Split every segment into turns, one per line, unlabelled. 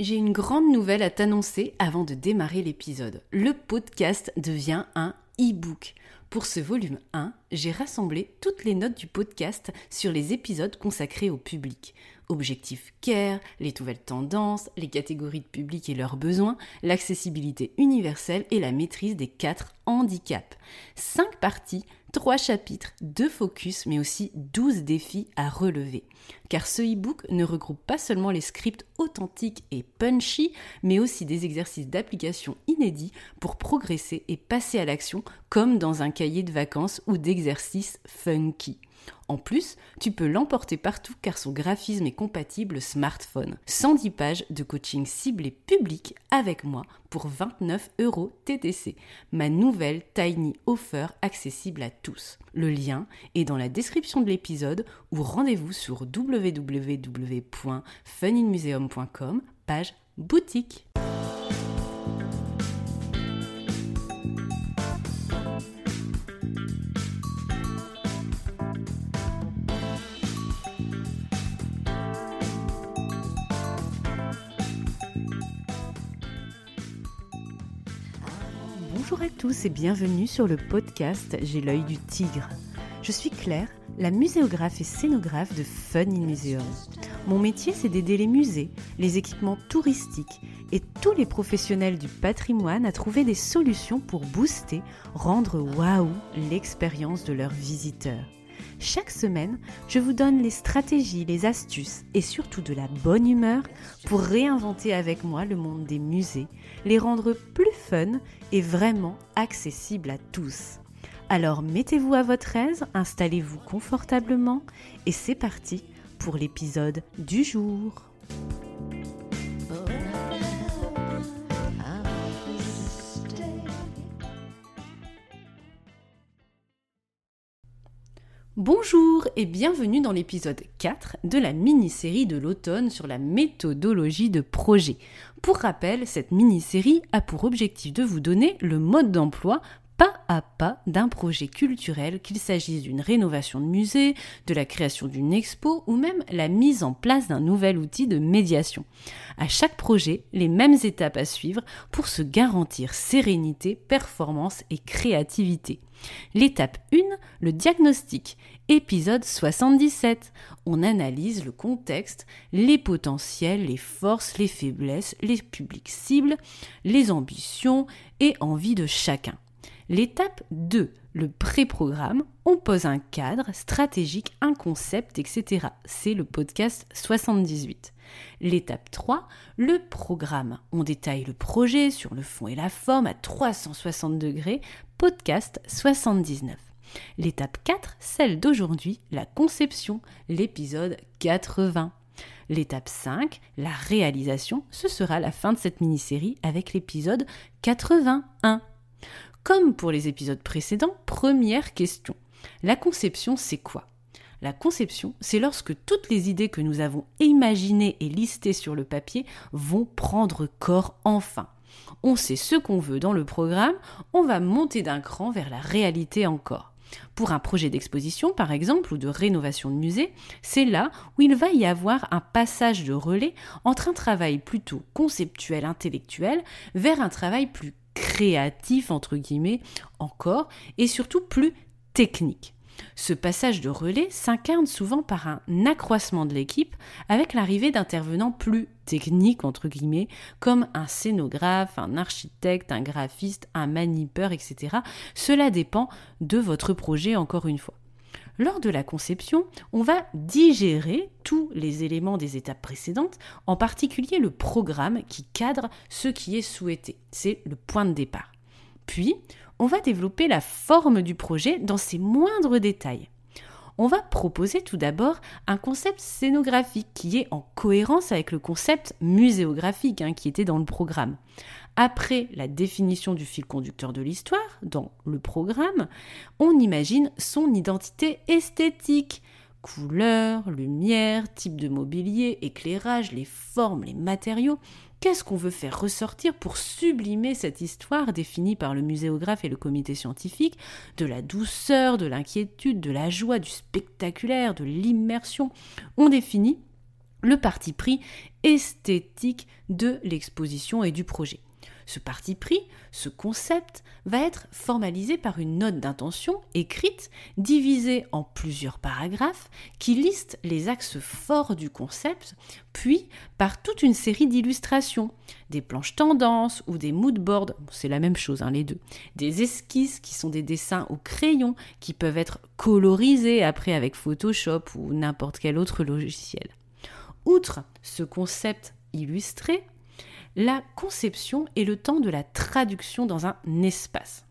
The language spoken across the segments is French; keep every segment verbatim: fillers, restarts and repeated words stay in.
J'ai une grande nouvelle à t'annoncer avant de démarrer l'épisode. Le podcast devient un e-book. Pour ce volume un, j'ai rassemblé toutes les notes du podcast sur les épisodes consacrés au public. Objectif care, les nouvelles tendances, les catégories de public et leurs besoins, l'accessibilité universelle et la maîtrise des quatre handicaps. Cinq parties, trois chapitres, deux focus, mais aussi douze défis à relever. Car ce e-book ne regroupe pas seulement les scripts authentiques et punchy, mais aussi des exercices d'application inédits pour progresser et passer à l'action comme dans un cahier de vacances ou d'exercices funky. En plus, tu peux l'emporter partout car son graphisme est compatible smartphone. cent dix pages de coaching ciblé public avec moi pour vingt-neuf euros T T C. Ma nouvelle Tiny Offer accessible à tous. Le lien est dans la description de l'épisode ou rendez-vous sur w w w point fun in museum point com, page boutique. Bonjour à tous et bienvenue sur le podcast J'ai l'œil du tigre. Je suis Claire, la muséographe et scénographe de Fun in Museum. Mon métier, c'est d'aider les musées, les équipements touristiques et tous les professionnels du patrimoine à trouver des solutions pour booster, rendre waouh l'expérience de leurs visiteurs. Chaque semaine, je vous donne les stratégies, les astuces et surtout de la bonne humeur pour réinventer avec moi le monde des musées, les rendre plus fun et vraiment accessibles à tous. Alors mettez-vous à votre aise, installez-vous confortablement et c'est parti pour l'épisode du jour. Bonjour et bienvenue dans l'épisode quatre de la mini-série de l'automne sur la méthodologie de projet. Pour rappel, cette mini-série a pour objectif de vous donner le mode d'emploi pas à pas d'un projet culturel, qu'il s'agisse d'une rénovation de musée, de la création d'une expo ou même la mise en place d'un nouvel outil de médiation. À chaque projet, les mêmes étapes à suivre pour se garantir sérénité, performance et créativité. L'étape un, le diagnostic, épisode soixante-dix-sept. On analyse le contexte, les potentiels, les forces, les faiblesses, les publics cibles, les ambitions et envies de chacun. L'étape deux, le pré-programme, on pose un cadre stratégique, un concept, et cetera. C'est le podcast soixante-dix-huit. L'étape trois, le programme. On détaille le projet sur le fond et la forme à trois cent soixante degrés, podcast soixante-dix-neuf. L'étape quatre, celle d'aujourd'hui, la conception, l'épisode quatre-vingts. L'étape cinq, la réalisation, ce sera la fin de cette mini-série avec l'épisode quatre-vingt-un. Comme pour les épisodes précédents, première question. La conception, c'est quoi ? La conception, c'est lorsque toutes les idées que nous avons imaginées et listées sur le papier vont prendre corps enfin. On sait ce qu'on veut dans le programme, on va monter d'un cran vers la réalité encore. Pour un projet d'exposition, par exemple, ou de rénovation de musée, c'est là où il va y avoir un passage de relais entre un travail plutôt conceptuel, intellectuel, vers un travail plus créatif, entre guillemets, encore, et surtout plus technique. Ce passage de relais s'incarne souvent par un accroissement de l'équipe avec l'arrivée d'intervenants plus techniques, entre guillemets, comme un scénographe, un architecte, un graphiste, un manipeur, et cetera. Cela dépend de votre projet, encore une fois. Lors de la conception, on va digérer tous les éléments des étapes précédentes, en particulier le programme qui cadre ce qui est souhaité. C'est le point de départ. Puis, on va développer la forme du projet dans ses moindres détails. On va proposer tout d'abord un concept scénographique qui est en cohérence avec le concept muséographique hein, qui était dans le programme. Après la définition du fil conducteur de l'histoire, dans le programme, on imagine son identité esthétique. Couleurs, lumière, type de mobilier, éclairage, les formes, les matériaux. Qu'est-ce qu'on veut faire ressortir pour sublimer cette histoire définie par le muséographe et le comité scientifique, de la douceur, de l'inquiétude, de la joie, du spectaculaire, de l'immersion. On définit le parti pris esthétique de l'exposition et du projet. Ce parti pris, ce concept, va être formalisé par une note d'intention écrite, divisée en plusieurs paragraphes, qui listent les axes forts du concept, puis par toute une série d'illustrations, des planches tendances ou des moodboards, bon, c'est la même chose hein, les deux, des esquisses qui sont des dessins au crayon, qui peuvent être colorisés après avec Photoshop ou n'importe quel autre logiciel. Outre ce concept illustré, la conception est le temps de la traduction dans un espace.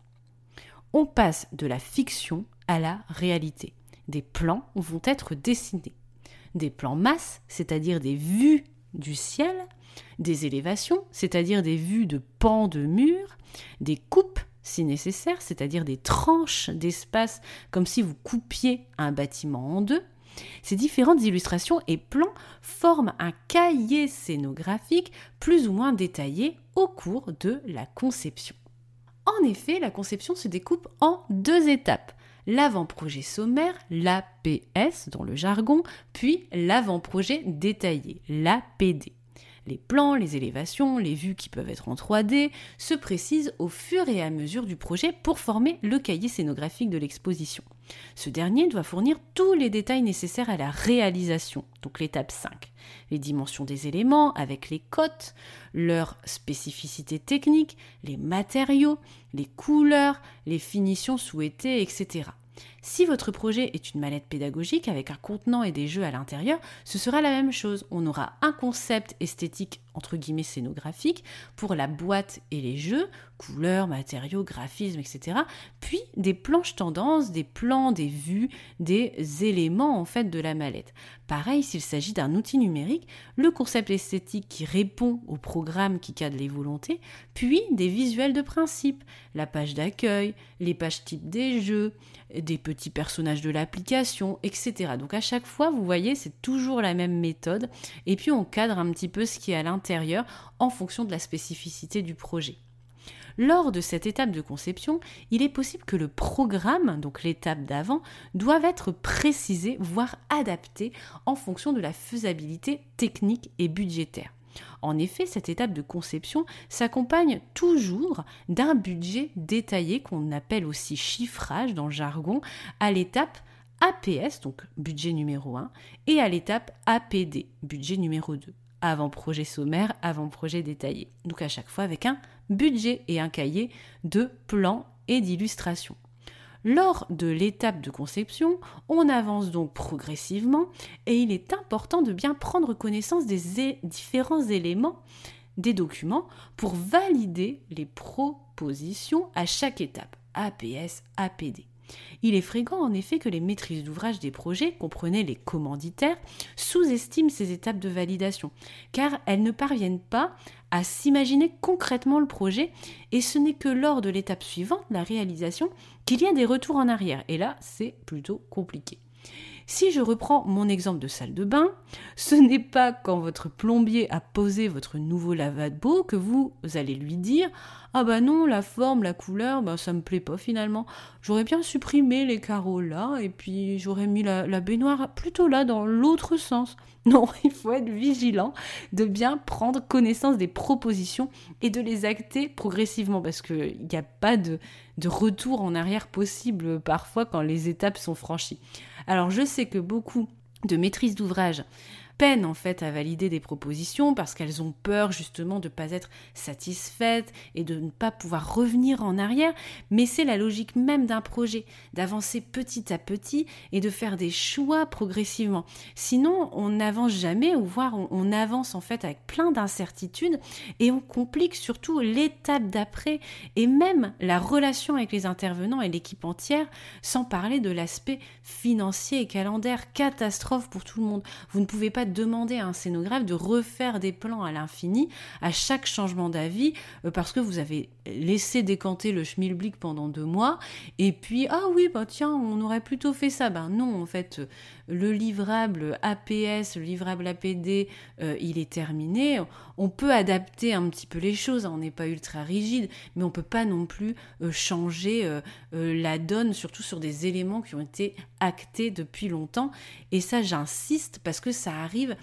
On passe de la fiction à la réalité. Des plans vont être dessinés. Des plans masse, c'est-à-dire des vues du ciel, des élévations, c'est-à-dire des vues de pans de murs, des coupes, si nécessaire, c'est-à-dire des tranches d'espace, comme si vous coupiez un bâtiment en deux. Ces différentes illustrations et plans forment un cahier scénographique plus ou moins détaillé au cours de la conception. En effet, la conception se découpe en deux étapes. L'avant-projet sommaire, l'A P S dans le jargon, puis l'avant-projet détaillé, l'A P D. Les plans, les élévations, les vues qui peuvent être en trois D se précisent au fur et à mesure du projet pour former le cahier scénographique de l'exposition. Ce dernier doit fournir tous les détails nécessaires à la réalisation, donc l'étape cinq. Les dimensions des éléments avec les cotes, leurs spécificités techniques, les matériaux, les couleurs, les finitions souhaitées, et cetera. Si votre projet est une mallette pédagogique avec un contenant et des jeux à l'intérieur, ce sera la même chose. On aura un concept esthétique, entre guillemets scénographique, pour la boîte et les jeux, couleurs, matériaux, graphismes, et cetera. Puis des planches tendances, des plans, des vues, des éléments en fait de la mallette. Pareil, s'il s'agit d'un outil numérique, le concept esthétique qui répond au programme qui cadre les volontés, puis des visuels de principe, la page d'accueil, les pages type des jeux, des petits personnages de l'application, et cetera. Donc à chaque fois, vous voyez, c'est toujours la même méthode. Et puis on cadre un petit peu ce qui est à l'intérieur en fonction de la spécificité du projet. Lors de cette étape de conception, il est possible que le programme, donc l'étape d'avant, doive être précisé, voire adapté en fonction de la faisabilité technique et budgétaire. En effet, cette étape de conception s'accompagne toujours d'un budget détaillé qu'on appelle aussi chiffrage dans le jargon, à l'étape A P S, donc budget numéro un, et à l'étape A P D, budget numéro deux. Avant-projet sommaire, avant-projet détaillé. Donc à chaque fois avec un budget et un cahier de plans et d'illustrations. Lors de l'étape de conception, on avance donc progressivement et il est important de bien prendre connaissance des é- différents éléments des documents pour valider les propositions à chaque étape, A P S, A P D. Il est fréquent en effet que les maîtrises d'ouvrage des projets, comprenez les commanditaires, sous-estiment ces étapes de validation, car elles ne parviennent pas à s'imaginer concrètement le projet, et ce n'est que lors de l'étape suivante, la réalisation, qu'il y a des retours en arrière, et là c'est plutôt compliqué. Si je reprends mon exemple de salle de bain, ce n'est pas quand votre plombier a posé votre nouveau lavabo que vous allez lui dire « Ah bah non, la forme, la couleur, bah ça me plaît pas finalement. J'aurais bien supprimé les carreaux là et puis j'aurais mis la, la baignoire plutôt là dans l'autre sens. » Non, il faut être vigilant de bien prendre connaissance des propositions et de les acter progressivement parce qu'il n'y a pas de, de retour en arrière possible parfois quand les étapes sont franchies. Alors je sais que beaucoup de maîtrises d'ouvrage peinent en fait à valider des propositions parce qu'elles ont peur justement de ne pas être satisfaites et de ne pas pouvoir revenir en arrière, mais c'est la logique même d'un projet, d'avancer petit à petit et de faire des choix progressivement. Sinon, on n'avance jamais, ou voire on, on avance en fait avec plein d'incertitudes et on complique surtout l'étape d'après et même la relation avec les intervenants et l'équipe entière, sans parler de l'aspect financier et calendaire, catastrophe pour tout le monde. Vous ne pouvez pas demander à un scénographe de refaire des plans à l'infini à chaque changement d'avis euh, parce que vous avez laissé décanter le schmilblick pendant deux mois et puis ah oui bah tiens on aurait plutôt fait ça. Ben non, en fait le livrable A P S, le livrable A P D euh, il est terminé. On peut adapter un petit peu les choses, on n'est pas ultra rigide, mais on peut pas non plus euh, changer euh, euh, la donne, surtout sur des éléments qui ont été actés depuis longtemps. Et ça j'insiste parce que ça arrive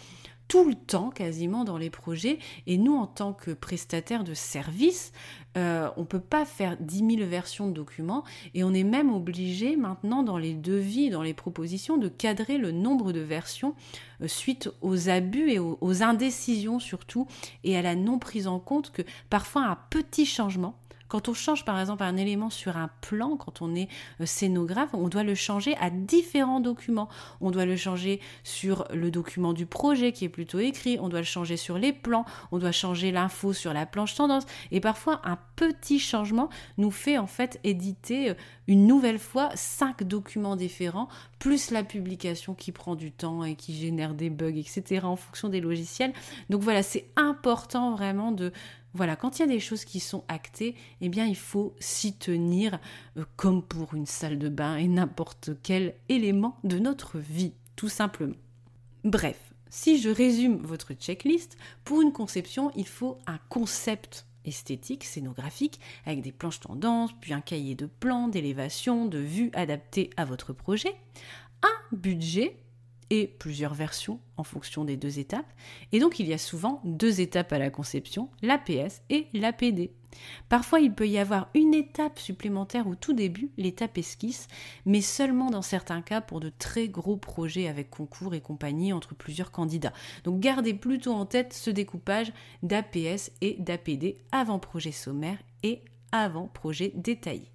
tout le temps quasiment dans les projets, et nous en tant que prestataire de service, euh, on ne peut pas faire dix mille versions de documents, et on est même obligé maintenant dans les devis, dans les propositions, de cadrer le nombre de versions euh, suite aux abus et aux, aux indécisions surtout, et à la non prise en compte que parfois un petit changement, quand on change par exemple un élément sur un plan, quand on est scénographe, on doit le changer à différents documents. On doit le changer sur le document du projet qui est plutôt écrit, on doit le changer sur les plans, on doit changer l'info sur la planche tendance. Et parfois, un petit changement nous fait en fait éditer une nouvelle fois cinq documents différents, plus la publication qui prend du temps et qui génère des bugs, et cetera en fonction des logiciels. Donc voilà, c'est important vraiment de... Voilà, quand il y a des choses qui sont actées, eh bien, il faut s'y tenir euh, comme pour une salle de bain et n'importe quel élément de notre vie, tout simplement. Bref, si je résume votre checklist, pour une conception, il faut un concept esthétique, scénographique, avec des planches tendances, puis un cahier de plans, d'élévation, de vues adaptées à votre projet, un budget, et plusieurs versions en fonction des deux étapes. Et donc, il y a souvent deux étapes à la conception, l'A P S et l'A P D. Parfois, il peut y avoir une étape supplémentaire au tout début, l'étape esquisse, mais seulement dans certains cas pour de très gros projets avec concours et compagnie entre plusieurs candidats. Donc, gardez plutôt en tête ce découpage d'A P S et d'A P D avant projet sommaire et avant projet détaillé.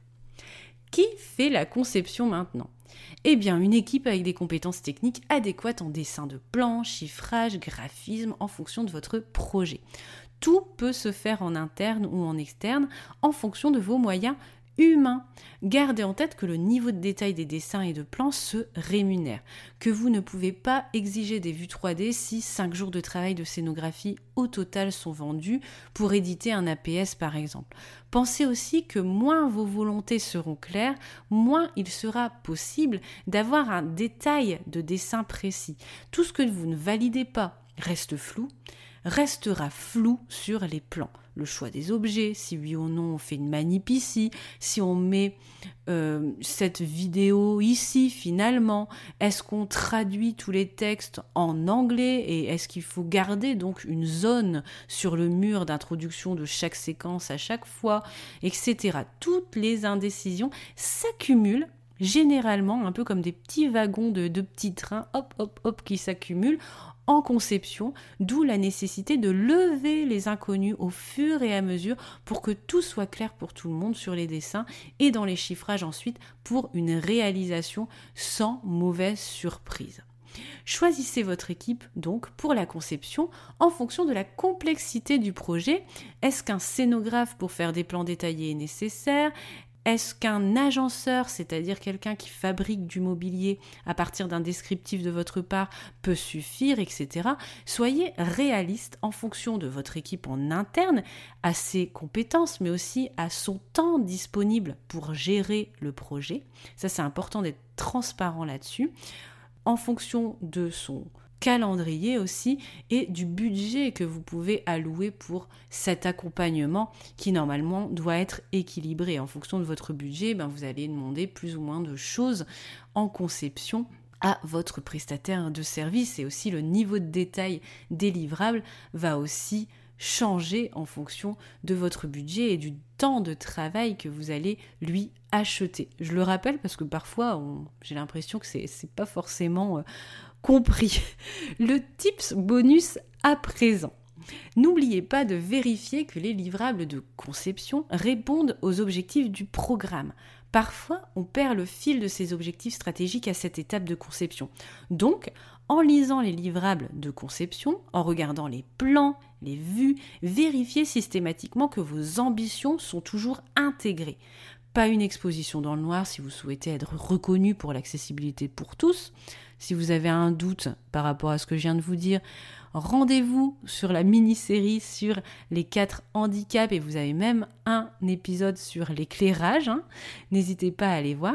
Qui fait la conception maintenant ? Eh bien, une équipe avec des compétences techniques adéquates en dessin de plan, chiffrage, graphisme, en fonction de votre projet. Tout peut se faire en interne ou en externe, en fonction de vos moyens humain. Gardez en tête que le niveau de détail des dessins et de plans se rémunère, que vous ne pouvez pas exiger des vues trois D si cinq jours de travail de scénographie au total sont vendus pour éditer un A P S par exemple. Pensez aussi que moins vos volontés seront claires, moins il sera possible d'avoir un détail de dessin précis. Tout ce que vous ne validez pas reste flou, restera flou sur les plans. Le choix des objets, si oui ou non on fait une manip ici, si on met euh, cette vidéo ici finalement, est-ce qu'on traduit tous les textes en anglais et est-ce qu'il faut garder donc une zone sur le mur d'introduction de chaque séquence à chaque fois, et cetera. Toutes les indécisions s'accumulent généralement un peu comme des petits wagons de, de petits trains, hop hop hop, qui s'accumulent en conception, d'où la nécessité de lever les inconnus au fur et à mesure pour que tout soit clair pour tout le monde sur les dessins et dans les chiffrages ensuite pour une réalisation sans mauvaise surprise. Choisissez votre équipe donc pour la conception en fonction de la complexité du projet. Est-ce qu'un scénographe pour faire des plans détaillés est nécessaire ? Est-ce qu'un agenceur, c'est-à-dire quelqu'un qui fabrique du mobilier à partir d'un descriptif de votre part, peut suffire, et cetera. Soyez réaliste en fonction de votre équipe en interne, à ses compétences, mais aussi à son temps disponible pour gérer le projet. Ça, c'est important d'être transparent là-dessus. En fonction de son calendrier aussi et du budget que vous pouvez allouer pour cet accompagnement qui normalement doit être équilibré. En fonction de votre budget, ben vous allez demander plus ou moins de choses en conception à votre prestataire de service et aussi le niveau de détail des livrables va aussi changer en fonction de votre budget et du temps de travail que vous allez lui acheter. Je le rappelle parce que parfois on, j'ai l'impression que c'est, c'est pas forcément euh, compris. Le tips bonus à présent. N'oubliez pas de vérifier que les livrables de conception répondent aux objectifs du programme. Parfois, on perd le fil de ces objectifs stratégiques à cette étape de conception. Donc, en lisant les livrables de conception, en regardant les plans, les vues, vérifiez systématiquement que vos ambitions sont toujours intégrées. Pas une exposition dans le noir si vous souhaitez être reconnu pour l'accessibilité pour tous. Si vous avez un doute par rapport à ce que je viens de vous dire, rendez-vous sur la mini-série sur les quatre handicaps et vous avez même un épisode sur l'éclairage. Hein. N'hésitez pas à aller voir.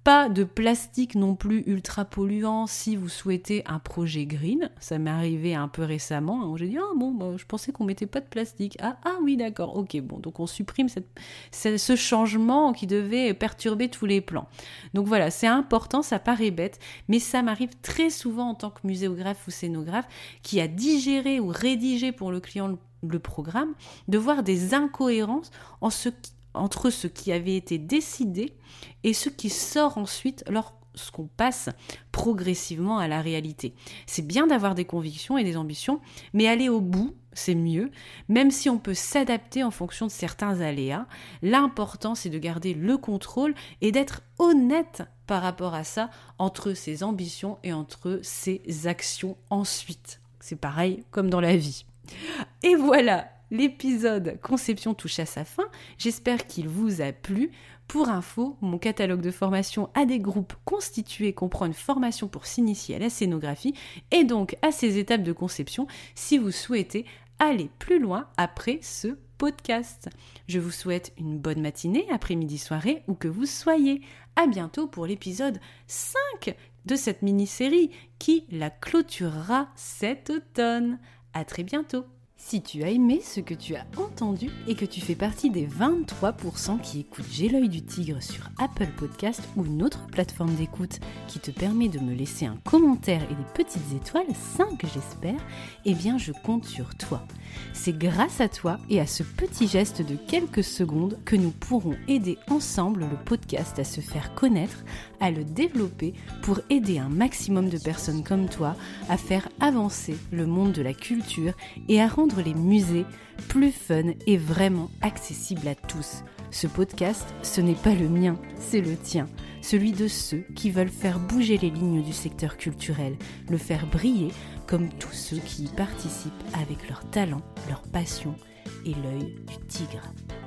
Pas de plastique non plus ultra polluant si vous souhaitez un projet green. Ça m'est arrivé un peu récemment, où j'ai dit « Ah bon, bah, je pensais qu'on mettait pas de plastique. Ah, ah oui, d'accord, ok, bon. » Donc on supprime cette, ce changement qui devait perturber tous les plans. Donc voilà, c'est important, ça paraît bête, mais ça m'arrive très souvent en tant que muséographe ou scénographe qui a digéré ou rédigé pour le client le, le programme, de voir des incohérences en ce qui entre ce qui avait été décidé et ce qui sort ensuite lorsqu'on passe progressivement à la réalité. C'est bien d'avoir des convictions et des ambitions, mais aller au bout, c'est mieux, même si on peut s'adapter en fonction de certains aléas. L'important, c'est de garder le contrôle et d'être honnête par rapport à ça, entre ses ambitions et entre ses actions ensuite. C'est pareil comme dans la vie. Et voilà, l'épisode conception touche à sa fin. J'espère qu'il vous a plu. Pour info, mon catalogue de formation a des groupes constitués comprend une formation pour s'initier à la scénographie et donc à ces étapes de conception si vous souhaitez aller plus loin après ce podcast. Je vous souhaite une bonne matinée, après-midi, soirée, où que vous soyez. À bientôt pour l'épisode cinq de cette mini-série qui la clôturera cet automne. À très bientôt. Si tu as aimé ce que tu as entendu et que tu fais partie des vingt-trois pour cent qui écoutent J'ai l'œil du tigre sur Apple Podcast ou une autre plateforme d'écoute qui te permet de me laisser un commentaire et des petites étoiles, cinq j'espère, eh bien je compte sur toi. C'est grâce à toi et à ce petit geste de quelques secondes que nous pourrons aider ensemble le podcast à se faire connaître, à le développer pour aider un maximum de personnes comme toi à faire avancer le monde de la culture et à rendre les musées plus fun et vraiment accessibles à tous. Ce podcast, ce n'est pas le mien, c'est le tien, celui de ceux qui veulent faire bouger les lignes du secteur culturel, le faire briller comme tous ceux qui y participent avec leur talent, leur passion et l'œil du tigre.